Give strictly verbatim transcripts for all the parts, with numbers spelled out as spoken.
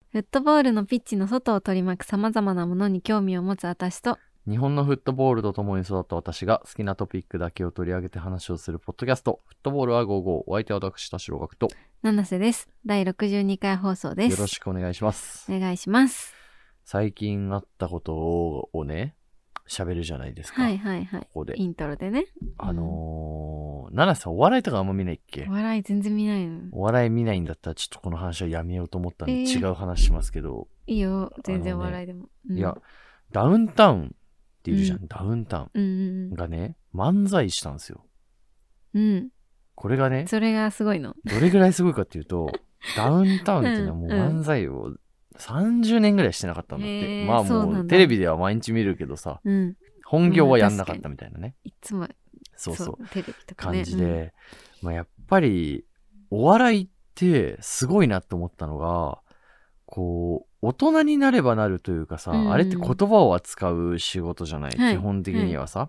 フットボールのピッチの外を取り巻く様々なものに興味を持つ私と、 日本のフットボールと共に育った私が好きなトピックだけを取り上げて話をするポッドキャスト、フットボールはごじゅうご。お相手は私、田代学と。 七瀬です。だいろくじゅうにかい放送です。 よろしくお願いします。 お願いします。 最近あったことをね、喋るじゃないですか。 はいはいはい。 ここで。 イントロでね。 あのー、七瀬さんお笑いとかあんま見ないっけ？ お笑い全然見ないの。 お笑い見ないんだったらちょっとこの話はやめようと思ったんで、 えー違う話しますけど。 いいよ、全然お笑いでも。うん、 いや、ダウンタウンっているじゃん、うん、ダウンタウン、 うんうん、 がね、漫才したんですよ。 うん。 これがね、 それがすごいの。 どれぐらいすごいかっていうと、ダウンタウンっていうのはもう漫才をさんじゅうねんぐらいしてなかったんだって。まあもうテレビでは毎日見るけどさ、うん、本業はやんなかったみたいなね。 いつもそうそう、 テレビとかね、 感じで、うん、まあ、やっぱりお笑いってすごいなと思ったのが、こう大人になればなるというかさ、うん、あれって言葉を扱う仕事じゃない、はい、基本的にはさ、はい、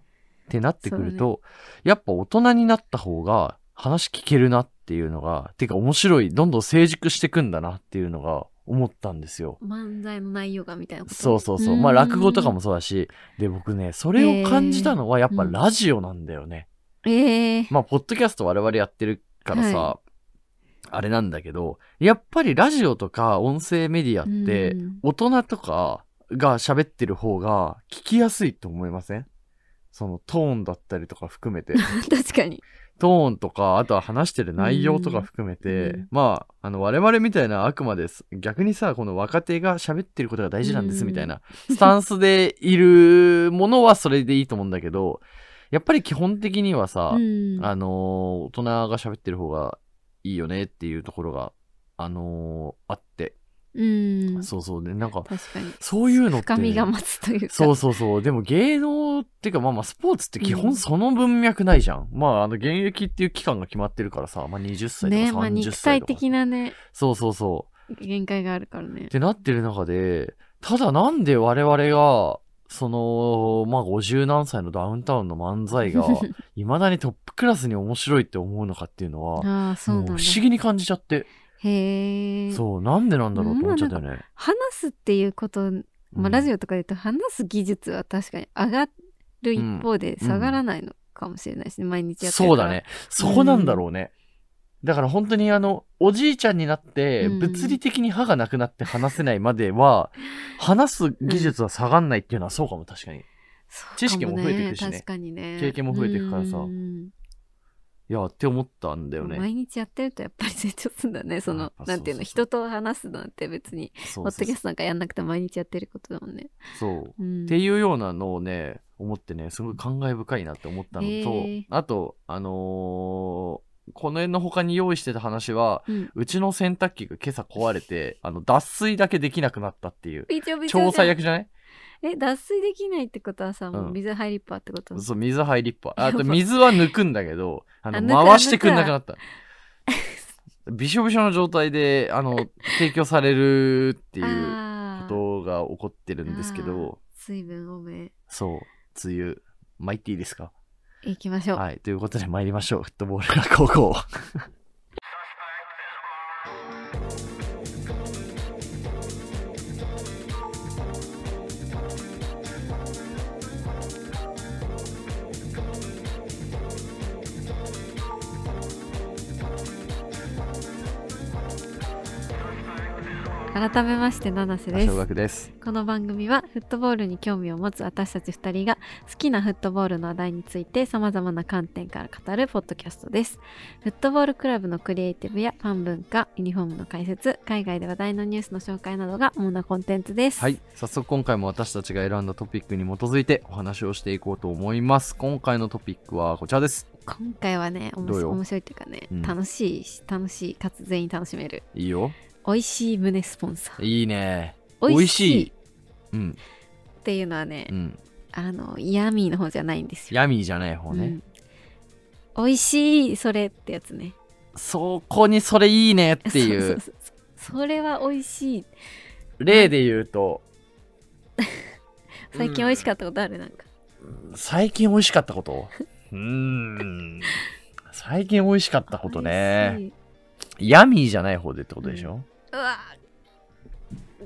ってなってくると、ね、やっぱ大人になった方が話聞けるなっていうのが、てか面白い、どんどん成熟してくんだなっていうのが思ったんですよ。 漫才の内容がみたいなこと。 そうそうそう。まあ落語とかもそうだし、で僕ね、それを感じたのはやっぱラジオなんだよね。 えーうん、 まあポッドキャスト我々やってるからさ、はい、あれなんだけど、やっぱりラジオとか音声メディアって大人とかが喋ってる方が聞きやすいと思いません？そのトーンだったりとか含めて。 確かに。 トーンとか、あとは話してる内容とか含めて、まあ、あの、我々みたいなあくまで逆にさ、この若手が喋ってることが大事なんですみたいなスタンスでいるものはそれでいいと思うんだけど、やっぱり基本的にはさ、あの、大人が喋ってる方がいいよねっていうところが、あのー、あって。 うん、 そうそうで、なんか、 確かにそういうのって、ね、 深みが増すというか。 そうそうそう。でも芸能っていうか、まあまあスポーツって基本その文脈ないじゃん。うん、まああの現役っていう期間が決まってるからさ、まあにじゅっさいとかさんじゅっさいとか。ね、まあ肉体的なね。 そうそうそう。 限界があるからね。 ってなってる中で、ただなんで我々が、その、まあごじゅうなんさいのダウンタウンの漫才が、未だにトップクラスに面白いって思うのかっていうのは、 あ、そうなんだ。 もう不思議に感じちゃって。 へー。 そう、なんでなんだろうと思っちゃったよね。 話すっていうこと、まあ、ラジオとかで言うと話す技術は確かに上がる一方で下がらないのかもしれないしね、うん、毎日やってるから。 そうだね。そこなんだろうね。うん、だから本当にあの、おじいちゃんになって、物理的に歯がなくなって話せないまでは、うん、話す技術は下がんないっていうのはそうかも、確かに。知識も増えていくしね。 確かにね。 経験も増えていくからさ。いやって思ったんだよね。 毎日やってるとやっぱり成長するんだね。そのなんていうの、人と話すなんて別にポッドキャストなんかやんなくて毎日やってることだもんね。 そう、うん、っていうようなのをね思ってね、すごい感慨深いなって思ったのと、えー、あとあのー、この辺の他に用意してた話は、うん、うちの洗濯機が今朝壊れてあの脱水だけできなくなったっていう超最悪じゃない？ え、脱水できないってことはさ、もう水入りっぱってこと？ うん、そう、水入りっぱ。あと水は抜くんだけど、あの、回してくんなくなった。びしょびしょの状態で、あの、提供されるっていうことが起こってるんですけど。 水分多め。 そう、梅雨。巻いていいですか？ 行きましょう。 はい、ということで参りましょう。フットボールが高校。 改めまして七瀬です。 小学です。 この番組はフットボールに興味を持つ私たちふたりが好きなフットボールの話題について様々な観点から語るポッドキャストです。フットボールクラブのクリエイティブやファン文化、ユニフォームの解説、海外で話題のニュースの紹介などが主なコンテンツです。 はい、早速今回も私たちが選んだトピックに基づいてお話をしていこうと思います。今回のトピックはこちらです。 今回はね、面白い、面白いっていうかね、うん、楽しいし楽しいかつ全員楽しめる。 いいよ。 美味しい胸スポンサー。 いいね。 美味しい。 うん。 っていうのはね、 うん、 あのヤミーの方じゃないんですよ。 ヤミーじゃない方ね。 うん、美味しいそれってやつね。 そこにそれいいねっていう。 そうそうそうそう。それは美味しい。 例で言うと、 最近美味しかったことある？なんか。 最近美味しかったこと？うーん。最近美味しかったことね。ヤミーじゃない方でってことでしょ？ うん、うわ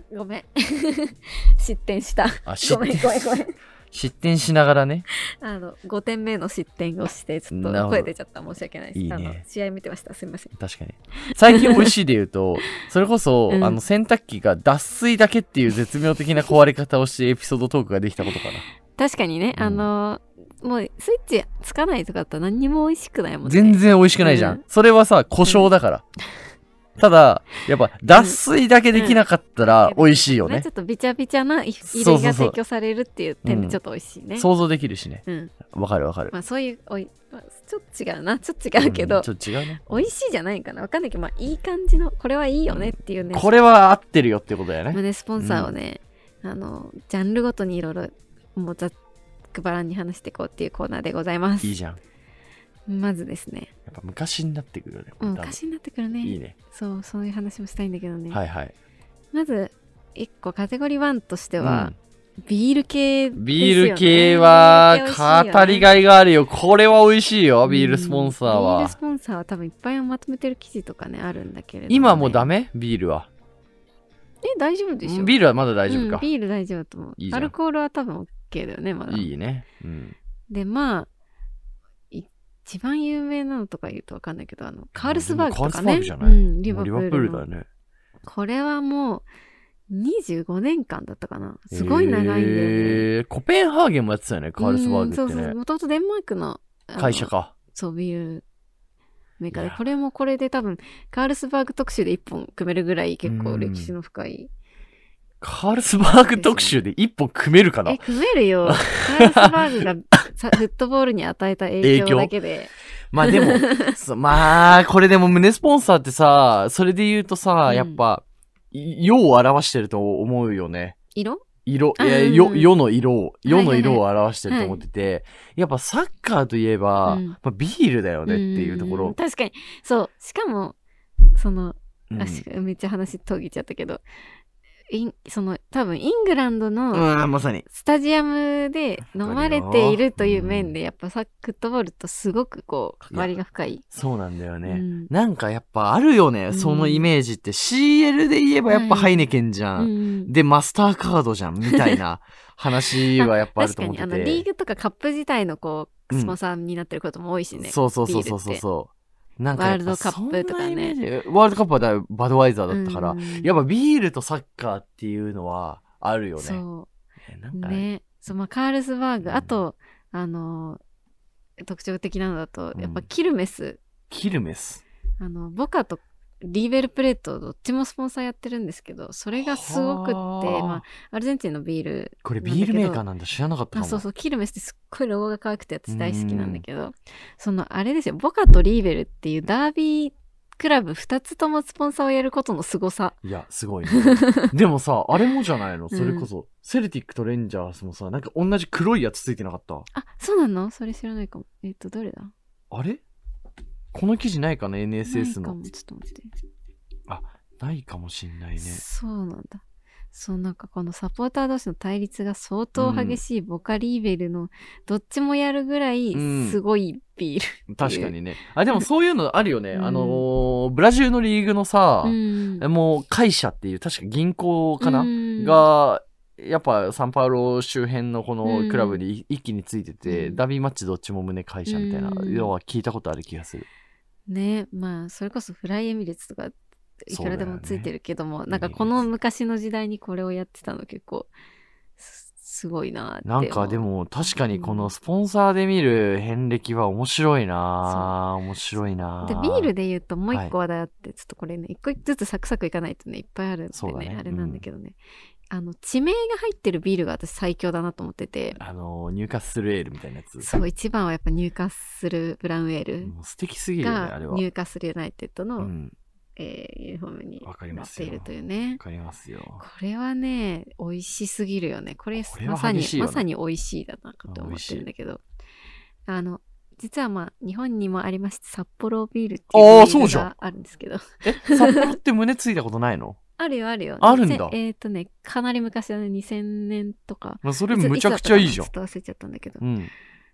ごめん失点したあ失点ごめんごめんごめん失点しながらね。 あのごてんめの失点をしてちょっなるほどと声出ちゃった申し訳ないです。 いいねあの試合見てました、すみません。 確かに。最近美味しいで言うと、それこそ、 うんあの洗濯機が脱水だけっていう絶妙的な壊れ方をしてエピソードトークができたことかな。 確かにね、 うんあのもうスイッチつかないとかだったら何にも美味しくないもんね。 全然美味しくないじゃん。 うんそれはさ、故障だから。ただ、やっぱ脱水だけできなかったら美味しいよねちょ。っとビチャビチャな衣類がそうそうそう提供されるっていう点でちょっと美味しいね。 想像できるしね。 うん。 わかるわかる。 まあそういうおい、まあちょっと違うな、ちょっと違うけど、 うんちょっと違うね。 美味しいじゃないかな、わかんないけど、まあいい感じの、これはいいよねっていうね。 これは合ってるよってことだよね。 胸スポンサーをね、あのジャンルごとにいろいろもうざっくばらんに話していこうっていうコーナーでございます。 いいじゃん。 まずですね、 やっぱ昔になってくるよね。 うん、 多分昔になってくるね。 いいね。 そう、そういう話もしたいんだけどね。 はいはい。 まずいっこカテゴリーワンとしてうは、 んビール系ですよね。 ビール系はビール系美味しいよね語りがいがあるよ。これは美味しいよ、ビールスポンサーうんビールはス。ポンサーは多分いっぱいまとめてる記事とかねあるんだけれどもね、 今もうダメビールは。 え大丈夫でしょ。 ビールはまだ大丈夫うんか。 ビール大丈夫だと思う。 いいじゃんアルコールは多分 OK だよねまだ。 いいね。うん。 でまあ一番有名なのとか言うと分かんないけど、あのカールスバーグとかカールスバーね、 グじゃないうん、リバプもうリバプールのールだよね。 これはもうにじゅうごねんかんだったかな。すごい長いんだよね。 へーコペンハーゲンもやってたよね、カールスバーグってうんそうそう、 ね。 もともとデンマークのあの会社か。 そうビールメーカーで、 いやこれもこれで多分カールスバーグ特集で一本組めるぐらい結構歴史の深い。 カールスバーグ特集で一本組めるかなえ、組めるよ。カールスバーグがさフットボールに与えた影響だけで。 まあでも、そまあ、これでも胸スポンサーってさ、それで言うとさ、 うんやっぱ、い世を表してると思うよね。 色色、 うんいや、世世の色を、世のはいはいはい色を表してると思ってて、やっぱサッカーといえば、 うんまあ、ビールだよねっていうとこんろ。 確かに。そう。しかも、その、 うんあしめっちゃ話途切っちゃったけど、インその多分イングランドのうん、まさに。 スタジアムで飲まれているという面でやっぱサッフットボールとすごくこう関わりが深い。 そうなんだよね。 うんなんかやっぱあるよね、 うんそのイメージって。シーエル で言えばやっぱハイネケンじゃん。 うんで、マスターカードじゃん、みたいな話はやっぱあると思ってて。 確かにあのリーグとかカップ自体のこううんスポンサーになってることも多いしね。 そうそうそうそうそうそう。なんかやっぱワールドカップとかねそんなイメージワールドカップはだいぶバドワイザーだったから、 うんやっぱビールとサッカーっていうのはあるよね。 そなんかうね。そうまあカールスバーグ、 うんあとあの特徴的なのだとうんやっぱキルメス、 キルメス。 あのボカとリーベルプレートどっちもスポンサーやってるんですけど、それがすごくって、 はあまあ、アルゼンチンのビールこれビールメーカーななんだ知らなかったかも。 あそうそうキルメスってすっごいロゴが可愛くて私大好きなんだけど、そのあれですよ、ボカとリーベルっていうダービークラブふたつともスポンサーをやることの凄さ。 いや、すごいね。でもさ、あれもじゃないのそれこそ、セルティックとレンジャースもさ、なんか同じ黒いやつついてなかったあ、そうなの？それ知らないかも。えっ、とどれだ？ あれこの記事ないかな エヌエスエス のないかも。ちょっと待って。 ないかもしんないね。 そうなんだ。そうなんかこのサポーター同士の対立が相当激しいボカリーベルのどっちもやるぐらいうんすごいビール。 確かにね。あ、でもそういうのあるよね。 うんあのーブラジルのリーグのさ、 うんもう会社っていう確か銀行かな、 うんが、やっぱサンパウロ周辺のこのクラブに一気についてて、 うんダービーマッチどっちも胸会社みたいな、 うん要は聞いたことある気がする。 ね、まあそれこそフライエミレッツとかいくらでもついてるけども、 ねなんかこの昔の時代にこれをやってたの結構すすごいなって。 なんかでも確かにこのスポンサーで見る遍歴は面白いな、面白いな。 でビールで言うともう一個話題あって、ちょっとこれね一個ずつサクサクいかないとねいっぱいあるんでそうだねねあれなんだけどね、あの地名が入ってるビールが私最強だなと思ってて、 あのニューカッスルエールみたいなやつ。 そう一番はやっぱニューカッスルブラウンエールもう素敵すぎるよね、あがれは。 ニューカッスルユナイテッドの、 うん、 えーユニフォームにわかりなますよっているというねわ。かりますよ。 これはね美味しすぎるよね。これこれはまさに激しいよねまさに美味しいだなと思ってるんだけど、あの実はまあ日本にもありまして札幌ビールっていうあービールそうじゃんがあるんですけど、 え、札幌って胸ついたことないの？ あるよあるよ。 あるんだえっ、とねかなり昔だねにせんねんとか。 まあ、それむちゃくちゃいいじゃんつ。ちょっと忘れちゃったんだけど、 うん。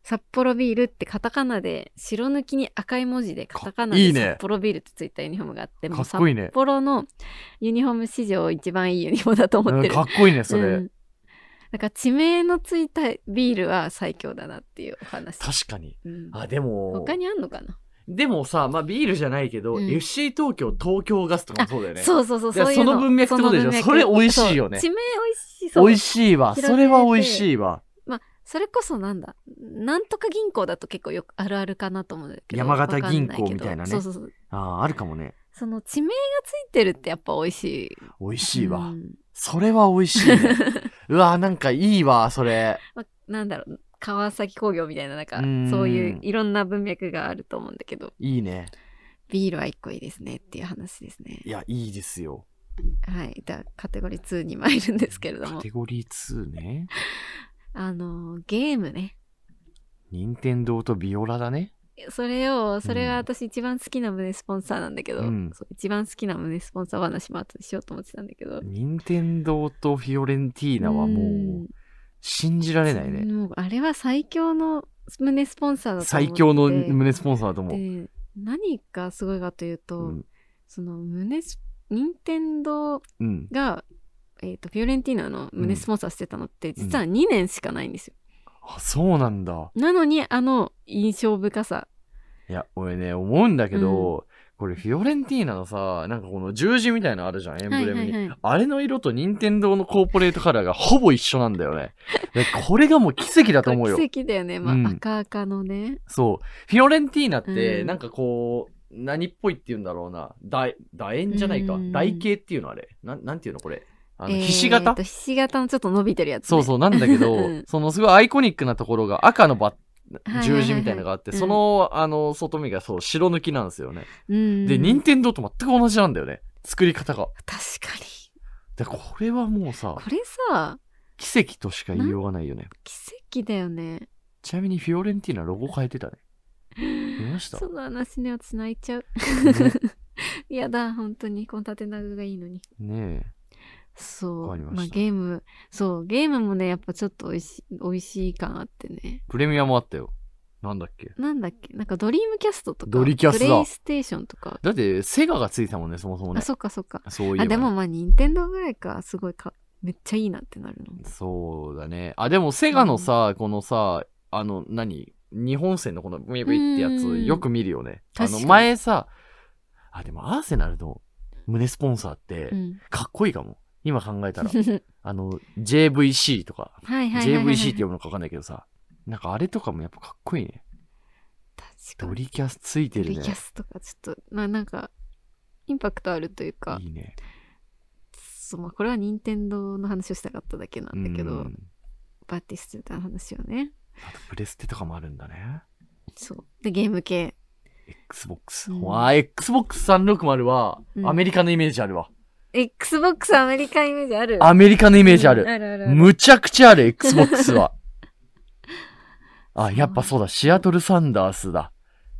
札幌ビールってカタカナで白抜きに赤い文字でカタカナいいねで札幌ビールってついたユニフォームがあって、 かっこいいね。 札幌のユニフォーム史上一番いいユニフォームだと思ってる、 うん、かっこいいねそれ、うん、 だから地名のついたビールは最強だなっていうお話。 確かに、 うん、 あでも他にあんのかな。 でもさ、まあビールじゃないけど、うん、エフシー 東京東京ガスとかもそうだよね。 そうそうそうそういうの。 その文脈ってことでしょ。それ美味しいよね。 地名美味しそう。 美味しいわ。それは美味しいわ。 まあそれこそなんだ、なんとか銀行だと結構よくあるあるかなと思うんだけど。 山形銀行みたいなね。 そうそうそう。 あああるかもね。 その地名がついてるってやっぱ美味しい。 美味しいわ。うん、それは美味しいね。うわなんかいいわそれ。 まあ、なんだろう。川崎工業みたいななんかそういういろんな文脈があると思うんだけど。 いいね。 ビールは一個いいですねっていう話ですね。 いやいいですよ。 はい。じゃあカテゴリーにに参るんですけれども。 カテゴリーにね。 あのゲームね。 任天堂とビオラだね。 それをそれが私一番好きな胸スポンサーなんだけど、うん、そう一番好きな胸スポンサー話も後でしようと思ってたんだけど。 任天堂とフィオレンティーナはもう信じられないね。 もうあれは最強の胸スポンサーだと思って。 最強の胸スポンサーだと思う。 で何がすごいかというと、うん、その胸ス任天堂が、うん、えーと、フィオレンティーナの胸スポンサーしてたのって実はにねんしかないんですよ、 うん、あそうなんだ。 なのにあの印象深さ。 いや俺ね思うんだけど、うん、これフィオレンティーナのさなんかこの十字みたいなのあるじゃんエンブレムに、はいはいはい、あれの色と任天堂のコーポレートカラーがほぼ一緒なんだよね。これがもう奇跡だと思うよ。 奇跡だよね、まあうん、赤赤のね。 そうフィオレンティーナってなんかこう、うん、何っぽいって言うんだろうな、楕円じゃないか、台形っていうのあれな、なんていうのこれ、あの、ひし形、 ひし形のちょっと伸びてるやつ、ね、 そうそうなんだけど、うん、そのすごいアイコニックなところが赤のバッ十字みたいなのがあって、はいはいはいはい、その、うん、あの外見がそう白抜きなんですよね、うん、で任天堂と全く同じなんだよね作り方が。 確かに。 でこれはもうさこれさ奇跡としか言いようがないよね。 奇跡だよね。 ちなみにフィオレンティーナロゴ変えてたね。見ました？ その話ね私泣いちゃう、ね、いやだ本当にこの縦長がいいのにねえ。そうま, まあゲームそうゲームもねやっぱちょっとおいしい美味しい感あってね。 プレミアもあったよ。なんだっけなんだっけなんかドリームキャストとかドリキャスだプレイステーションとかだってセガがついたもんねそもそもね。 あそっかそっか。 そういえば、ね、 あでもまあ任天堂ぐらいかすごいかめっちゃいいなってなるの。 そうだね。あでもセガのさ、うん、このさあの何日本戦のこのブイブイってやつよく見るよね。あの前さあでもアーセナルの胸スポンサーってかっこいいかも、うん、今考えたらあの ジェーブイシー とか、はいはいはいはい、ジェーブイシー って読むのか分かんないけどさなんかあれとかもやっぱかっこいいね。確かにドリキャスついてるね。 ドリキャスとかちょっとまあなんかインパクトあるというかいいね。 そう、まあ、これは任天堂の話をしたかっただけなんだけどバティスタの話をね。 あとプレステとかもあるんだね。 そうでゲーム系 Xbox、うん、わあ エックスボックスさんびゃくろくじゅう はアメリカのイメージあるわ、 うん、Xbox アメリカイメージある。 アメリカのイメージある、うん、あるあるあるむちゃくちゃある Xbox はあやっぱそうだシアトルサンダースだ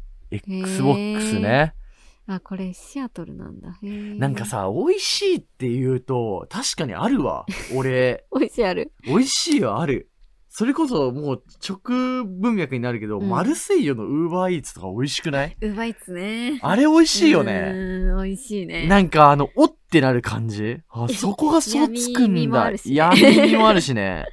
Xbox ね。 あこれシアトルなんだ。へなんかさ美味しいって言うと確かにあるわ俺美味しいある美味しいはある。それこそもう直文脈になるけど、うん、マルセイユのウーバーイーツとか美味しくない？ ウーバーイーツね。 あれ美味しいよね。 うん美味しいね。 なんかあのおってなる感じ。あそこがそうつくんだ。闇もあるしね。闇もあるしね。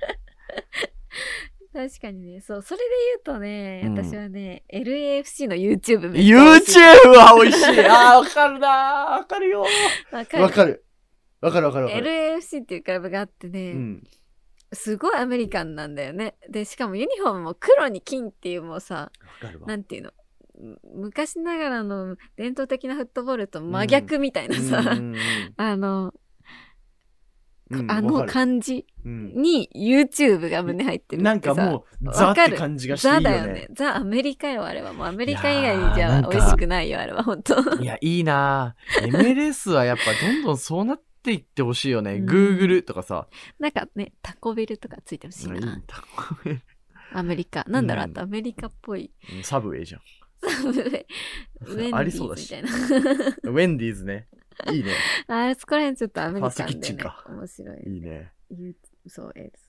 確かにね。そうそれで言うとね、うん、私はね エルエーエフシー の YouTube めっちゃ美味しい。YouTube は美味しい。あーわかるなーわかるよわかるわかるわかるわかる。 エルエーエフシー っていうクラブがあってね、うんすごいアメリカンなんだよね。でしかもユニフォームも黒に金っていうもうさなんていうの昔ながらの伝統的なフットボールと真逆みたいなさ、うん、あの、うん、あの感じに YouTube が胸入ってるってさ、 なんかもうザって感じがしていいよね。 ザだよね。ザアメリカよあれは。もうアメリカ以外じゃ美味しくないよあれは本当。 いやいいな エムエルエス はやっぱどんどんそうなってって言ってほしいよね、うん、Google とかさなんかねタコベルとかついてほしいな、うん、 タコベルアメリカなんだろう、うん、あとアメリカっぽいサブウェイじゃんサブウェイウェンディーズみたいなウェンディーズねいいねあれそこら辺ちょっとアメリカンでね面白いいいねそうえ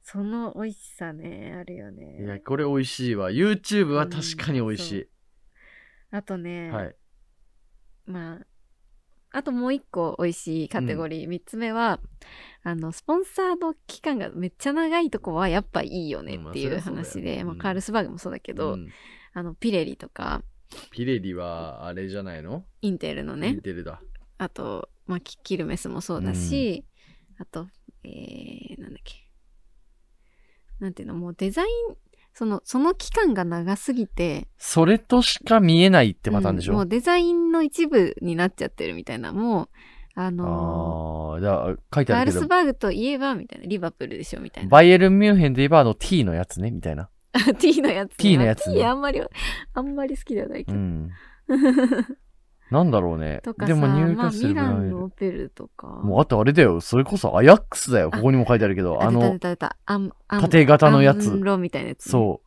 その美味しさねあるよね。 いやこれ美味しいわ。 YouTube は確かに美味しい、 うん、あとね、 はい、 まああともう一個美味しいカテゴリー、うん、みっつめはあのスポンサーの期間がめっちゃ長いとこはやっぱいいよねっていう話で、うんまあ、カールスバーグもそうだけど、うん、あのピレリとか。 ピレリはあれじゃないの？ インテルのね。 インテルだ。 あと、まあ、キルメスもそうだし、うん、あと、えー、なんだっけ。なんていうの、もうデザイン、その、その期間が長すぎて。 それとしか見えないってパターンでしょ、 うん、もうデザインの一部になっちゃってるみたいな。もう、あのー、あじゃあ書いてあるけど。 カールスバーグといえば、みたいな。リバプールでしょみたいな。 バイエルンミュンヘンで言えば、あの T のやつねみたいな。 T のやつ、ね。 T のやつ、ね。 T あんまり、あんまり好きではないけど。うん、 なんだろうね。 とかさ、 でも入荷するまあ、ミランのオペルとか。 もうあとあれだよ。それこそアヤックスだよ。ここにも書いてあるけど。あ, あの、縦型のやつ。 アンロみたいなやつ、ね。 そう。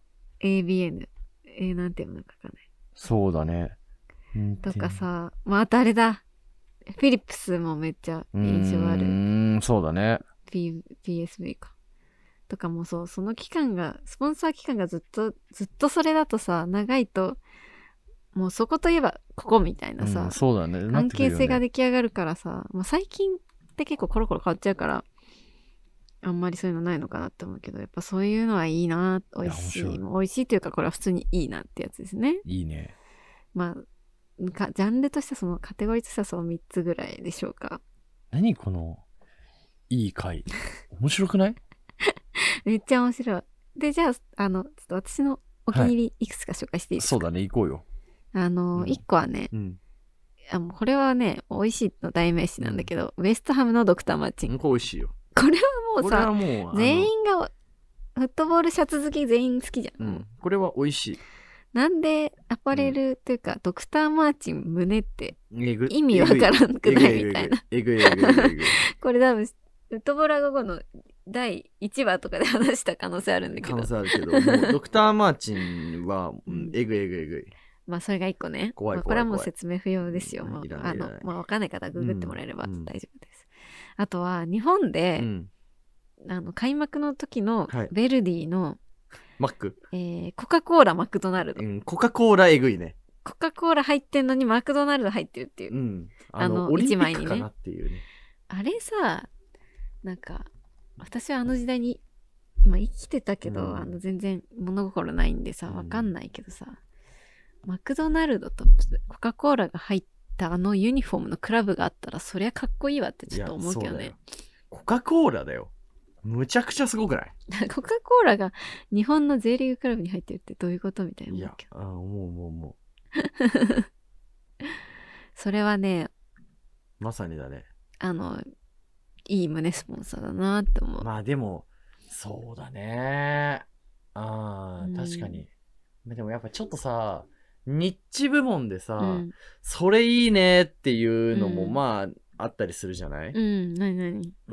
エービーエヌ。えー、なんていうのかわかんない。 そうだね。 とかさ、まあ、あとあれだ。フィリップスもめっちゃ印象ある。 うーん、そうだね。 P、ピーエスビー か。とかもそう、その期間が、スポンサー期間がずっと、ずっとそれだとさ、長いと、もうそこといえばここみたいなさ、 うん、そうだね。 関係性が出来上がるからさ、もう最近って結構コロコロ変わっちゃうから、あんまりそういうのないのかなって思うけど、やっぱそういうのはいいな、美味しい。い美味しいというか、これは普通にいいなってやつですね。 いいね。 まあ、かジャンルとしてはそのカテゴリーとしてはそのみっつぐらいでしょうか。 何このいい回。面白くない？ めっちゃ面白い。で、じゃあ、あの、ちょっと私のお気に入りいくつか紹介していいですか？ はい、そうだね、行こうよ。 あの、いっこはね、うん、あもうこれはね、美味しいの代名詞なんだけど、うん、ウエストハムのドクターマーチン。 これ美味しいよ。 これはもうさ、もう全員が、フットボールシャツ好き全員好きじゃん。 うん、これは美味しい。 なんでアパレルというか、うん、ドクターマーチン胸って意味わからんくないみたいな。 えぐいえぐいえぐいえぐい。 これ多分、フットボーラー午後のだいいちわとかで話した可能性あるんだけど。 可能性あるけど、もうドクターマーチンは、うん、えぐいえぐいえぐい。 まあそれがいっこね。 怖い怖い怖い、 まあ、これはもう説明不要ですよ。もうあの、まあわかんない方はググってもらえれば大丈夫です。うん、あとは日本で、うん、あの開幕の時のヴェルディの、はい、 マック、 えー、コカ・コーラマクドナルド、 うん、コカ・コーラえぐいね。 コカ・コーラ入ってんのにマクドナルド入ってるっていう、うん、 あの、あのいちまいにね。っていうね。 あれさ、なんか私はあの時代に、まあ、生きてたけど、うん、あの全然物心ないんでさわかんないけどさ、うん、マクドナルドとコカ・コーラが入ったあのユニフォームのクラブがあったらそりゃかっこいいわってちょっと思うけどね。 コカ・コーラだよ。むちゃくちゃすごくない？ コカ・コーラが日本の J リーグクラブに入ってるってどういうことみたいな。 いや、あ、思う思う思う。それはね、 まさにだね。 あの、いい胸スポンサーだなって思う。 まあでも、そうだね。ああ、うん、確かに。でもやっぱちょっとさ、ニッチ部門でさ、うん、それいいねっていうのもまあ、うんあったりするじゃない？ うん、なになに？ うん、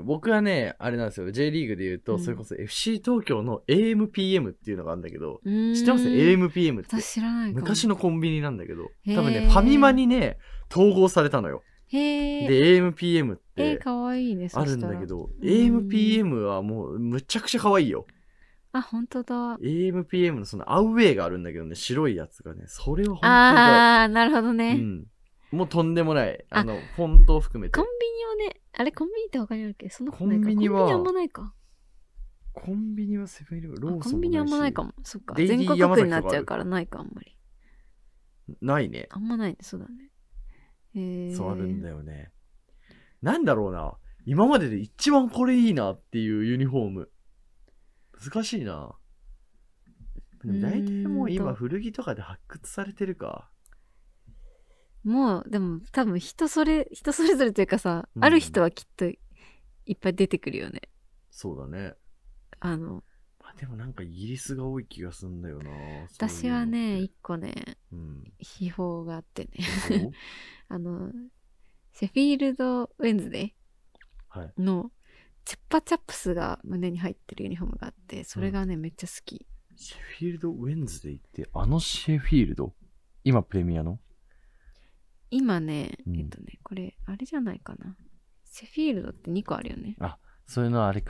僕はね、あれなんですよ。J リーグで言うと、うん、それこそ エフシー 東京の エーエムピーエム っていうのがあるんだけど、知ってます？ エーエムピーエム って。 私知らないかも。 昔のコンビニなんだけど、多分ね、ファミマにね、統合されたのよ。 へー。 で、エーエムピーエム って、 えー、かわいいね。 あるんだけど、エーエムピーエム はもう、むちゃくちゃかわいいよ。 あ、本当だ。 エーエムピーエム のそのアウェイがあるんだけどね、白いやつがね、それは本当にあー、なるほどね。 うん。もうとんでもない。あの、フォントを含めて。 コンビニはね、あれコンビニって他にあるっけ？そのコンビニは。コンビニあんまないか。 コンビニはセブンイレブン、ローソンもないし。 コンビニあんまないかも。そっか。全国区になっちゃうからないか、あんまり。 ないね。 あんまないね、そうだね。へー。 そうあるんだよね。なんだろうな。今までで一番これいいなっていうユニフォーム。難しいな。でも大体もう今古着とかで発掘されてるか。 もうでも多分人それ人それぞれというかさ、うん、ある人はきっといっぱい出てくるよね。 そうだね。 あの、 まあ、でもなんかイギリスが多い気がするんだよな。 私はね一個ね、うん、秘宝があってねあのシェフィールドウェンズデーのチュッパチャップスが胸に入ってるユニフォームがあって、それがね、うん、めっちゃ好き。 シェフィールドウェンズデーってあのシェフィールド？今プレミアの？ 今ね、えっとね、これ、あれじゃないかな。シェフィールドってにこあるよね。 あ、そういうのはあれか。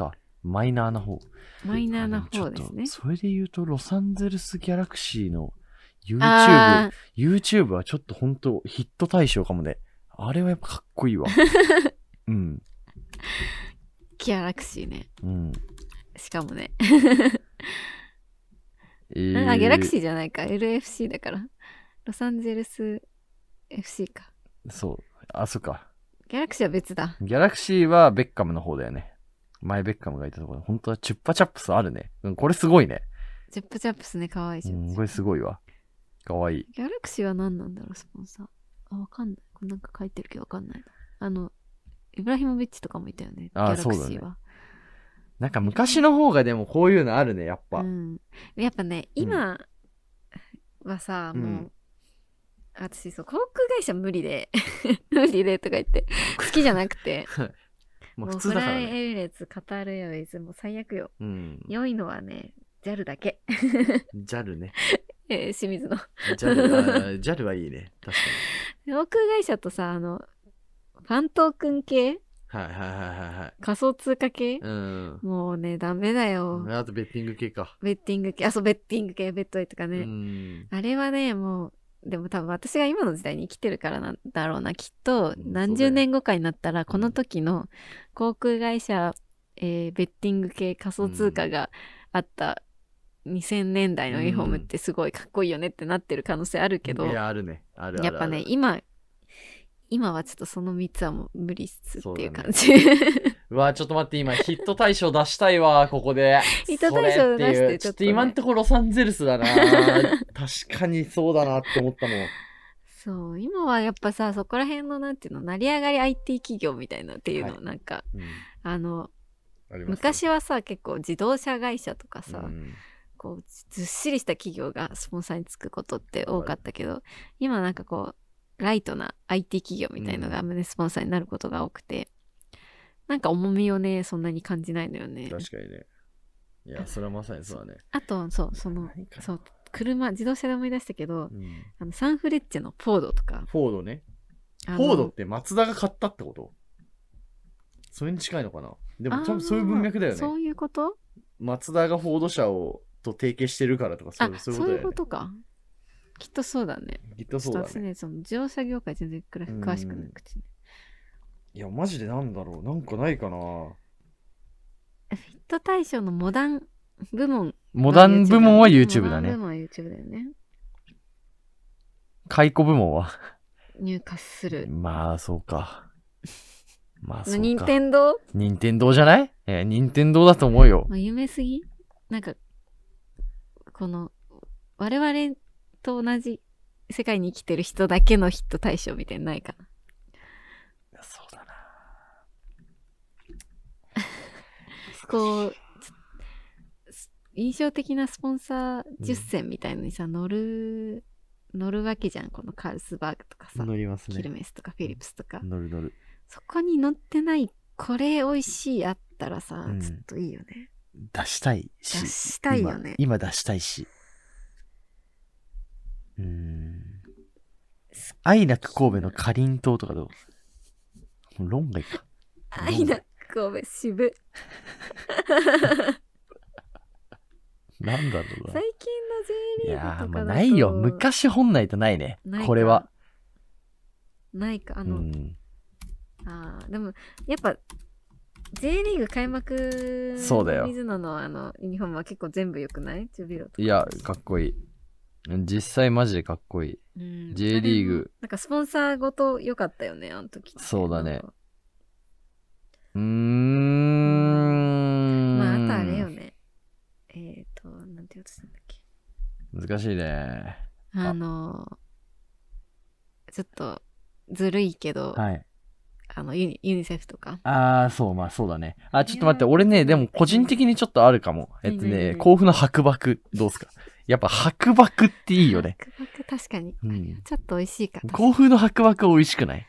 マイナーな方。 マイナーな方ですね。 それで言うと、ロサンゼルスギャラクシーのあ YouTube、YouTube はちょっと本当ヒット対象かもね。あれはやっぱかっこいいわ。うん。 ギャラクシーね。 うん。 しかもね。 えー、 あ、ギャラクシーじゃないか。エルエフシー だから。ロサンゼルス エフシー か。 そう。あ、そっか。 ギャラクシーは別だ。 ギャラクシーはベッカムの方だよね。前ベッカムがいたところ。本当はチュッパチャップスあるね。うん、これすごいね。 チュップチャップスね、かわいいじゃん。 うん、これすごいわ。かわいい。 ギャラクシーは何なんだろう、スポンサー。あ、わかんない。これなんか書いてるけどわかんないな。あの、イブラヒモビッチとかもいたよね。ギャあ、 ラクシーは。 そうだね。なんか昔の方がでもこういうのあるね、やっぱ。 うん。やっぱね、今はさ、 うん、 もう、私そう、航空会社無理で、無理でとか言って、好きじゃなくて。 もう普通だからね。 もうフライエミレーツ、カタールエアウェイズ、もう最悪よ。 うん。 良いのはね、ジャル だけ。 ジャル ね。 えー、清水の。 ジャル、ジャルはいいね。確かに。航空会社とさ、あの、ファントークン系はいはいはいはいはい。 仮想通貨系、 うん。 もうね、ダメだよ。 あとベッティング系か。 ベッティング系、あ、そう、ベッティング系、ベッドイとかね。 うん。 あれはね、もう、でも多分私が今の時代に生きてるからなんだろうな。きっとうん何十年後かになったら、このうん時の航空会社、えーベッティング系仮想通貨があったにせんねんだいのユニフォームってすごいかっこいいよねってなってる可能性あるけど、 いや、あるね。あるあるある。 やっぱね、今、今はちょっとそのみっつはもう無理っすっていう感じ。 うわ、ちょっと待って、今ヒット大賞出したいわ、ここで。 ヒット大賞出してそれっていうちょっとねちょっと今んところロサンゼルスだな。確かにそうだなって思ったもん。 そう、今はやっぱさ、そこら辺のなんていうの、成り上がり アイティー 企業みたいなっていうの、 はいなんか、 うん、 あの、 ありますね昔はさ、結構自動車会社とかさ、 うんこう、ずっしりした企業がスポンサーにつくことって多かったけど、今なんかこう、ライトな アイティー 企業みたいのが胸スポンサーになることが多くて、なんか重みをね、そんなに感じないのよね。 確かにね。いや、それはまさにそうだね。 あと、そう、その、そう、車、自動車で思い出したけど、 うん、 あのサンフレッチェのフォードとか。 フォードね。 フォードって松田が買ったってこと？それに近いのかな？でも多分そういう文脈だよね。 そういうこと？ 松田がフォード社をと提携してるからとかそういうことだよね。 そういうことか。きっとそうだね。 きっとそうだね。 私ね、その自動車業界全然詳しくなくてね。 いや、マジでなんだろう。なんかないかな。 フィット大賞のモダン部門。 モダン部門は YouTube だね。 モダン部門は YouTube だよね。 解雇部門は入荷する。 まあ、そうか。まあ、そうか。 任天堂？ 任天堂じゃない？えー、任天堂だと思うよ。 まあ、夢すぎ？なんか、この、我々と同じ世界に生きてる人だけのヒット大賞みたいなのないかな。 そうだな。 こう、印象的なスポンサーじゅっせんみたいのにさ、うん、乗る、乗るわけじゃん。このカールスバーグとかさ。 乗りますね。 キルメスとかフィリップスとか。 乗る乗る。 そこに乗ってない、これ美味しいあったらさ、うん、ちょっといいよね。 出したいし。 出したいよね。 今、今出したいし。うーん。愛なく神戸のかりんとうとかどう？論外か。 愛なく神戸渋。 なんだろうな。 最近の J リーグとかだと。いやー、 まあないよ。昔本来とないね。 ないこれは。 ないか。あの、 うん、 ああ、でも、やっぱ、J リーグ開幕そうだよ。 水野のあのユニフォームは結構全部良くない？ジュビロとか。 いや、かっこいい。実際マジでかっこいい。うん、J リーグ。 なんかスポンサーごと良かったよね、あの時。 そうだね。うーん。 まあ、あとあれよね。えっ、ー、と、なんて言おうとしたんだっけ。 難しいね。 あの、ちょっとずるいけど、 はい。 あのユニ、ユニセフとか。 ああ、そう、まあそうだね。あ、ちょっと待って、俺ね、でも個人的にちょっとあるかも。えっとね、甲府の白馬どうすか？やっぱ白馬っていいよね。 白馬確かに、 うん。 ちょっと美味しいか。 甲府の白馬美味しくない？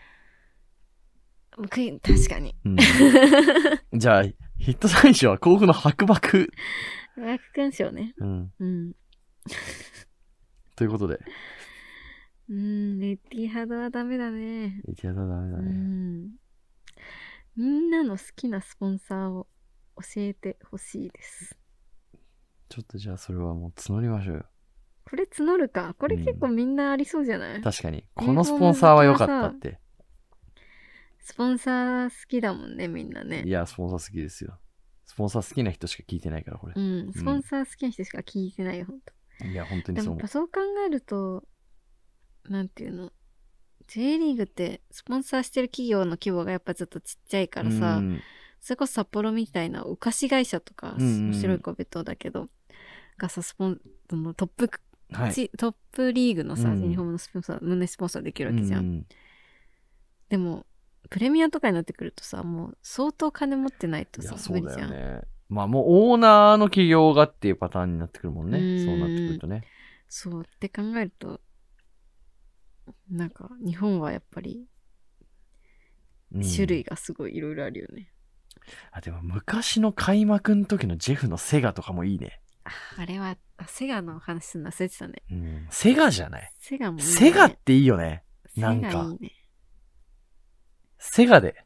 確かに。 うん、じゃあ、ヒット最初は甲府の白馬白勲章ね。 うん。 うん。 ということで。 うん、エティハドはダメだね。 エティハドはダメだね。 うん。みんなの好きなスポンサーを教えてほしいです。 ちょっとじゃあそれはもう募りましょうよ。 これ募るか。これ結構みんなありそうじゃない、うん、 確かに。このスポンサーは良かったって。 スポンサー好きだもんね、みんなね。 いや、スポンサー好きですよ。スポンサー好きな人しか聞いてないから、これ。 うん、スポンサー好きな人しか聞いてないよ、ほんと。 いや、本当にそう思う。 でもそう考えると、なんていうの、J リーグってスポンサーしてる企業の規模がやっぱちょっとちっちゃいからさ、うん、それこそ札幌みたいなお菓子会社とか、うん、白い子別当だけど、がさ、スポン、のトップ、はい、トップリーグのさ、うん、日本のスポンサー、胸スポンサーできるわけじゃん。うん、でも、プレミアとかになってくるとさ、もう相当金持ってないとさ、無理じゃん。そうだよね。 まあもうオーナーの企業がっていうパターンになってくるもんね。うんそうなってくるとね。 そうって考えると、なんか日本はやっぱり種類がすごいいろいろあるよね。 うん、あでも昔の開幕の時のジェフのセガとかもいいね。 ああれはあセガの話するの忘れてたね。 うん、セガじゃない？ セガもいいね。 セガっていいよね。なんか。セガいいね。セガで。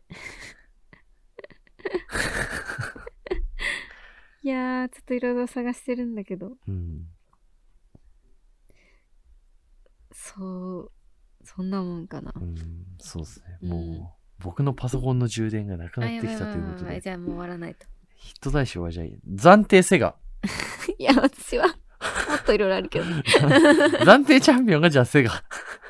いやー、ちょっといろいろ探してるんだけど。うん。そう、そんなもんかな。 うん、そうですね。もう、うん、僕のパソコンの充電がなくなってきたということで。 じゃあもう終わらないと。 ヒット大賞はじゃあいい。暫定セガ。 いや、私は、もっといろいろあるけど。 暫定チャンピオンがじゃあセガ。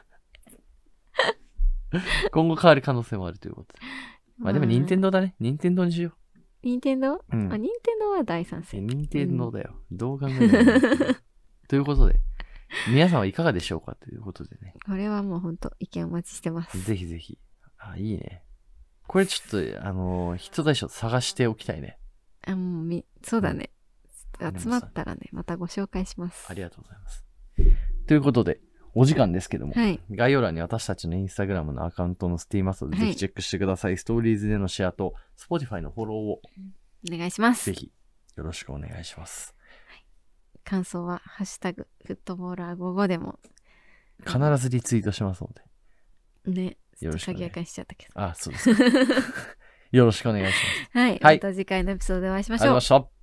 今後変わる可能性もあるということで。まあでも任天堂だね。任天堂にしよう。 任天堂、うん、あ、任天堂は大賛成。 任天堂だよ。うん、どう考えても。ということで、皆さんはいかがでしょうかということでね。 これはもう本当意見お待ちしてます。 ぜひぜひ。あ、いいね。これちょっと、あのー、ヒット大賞探しておきたいね。 あ、もうみ、そうだね。うん、集まったらね、またご紹介します。 ありがとうございます。ということで、お時間ですけども、はい、概要欄に私たちのインスタグラムのアカウントのスティーマストでぜひチェックしてください。はい、ストーリーズでのシェアと、Spotify のフォローをお願いします。 ぜひよろしくお願いします。 はい、感想は、ハッシュタグ、フットボーラーごじゅうごでも。 必ずリツイートしますので。ね、よろしくお願いしちゃしちゃったけど。 あ、そうです。よろしくお願いします。 はい、はい、また次回のエピソードでお会いしましょう。ありがとうございました。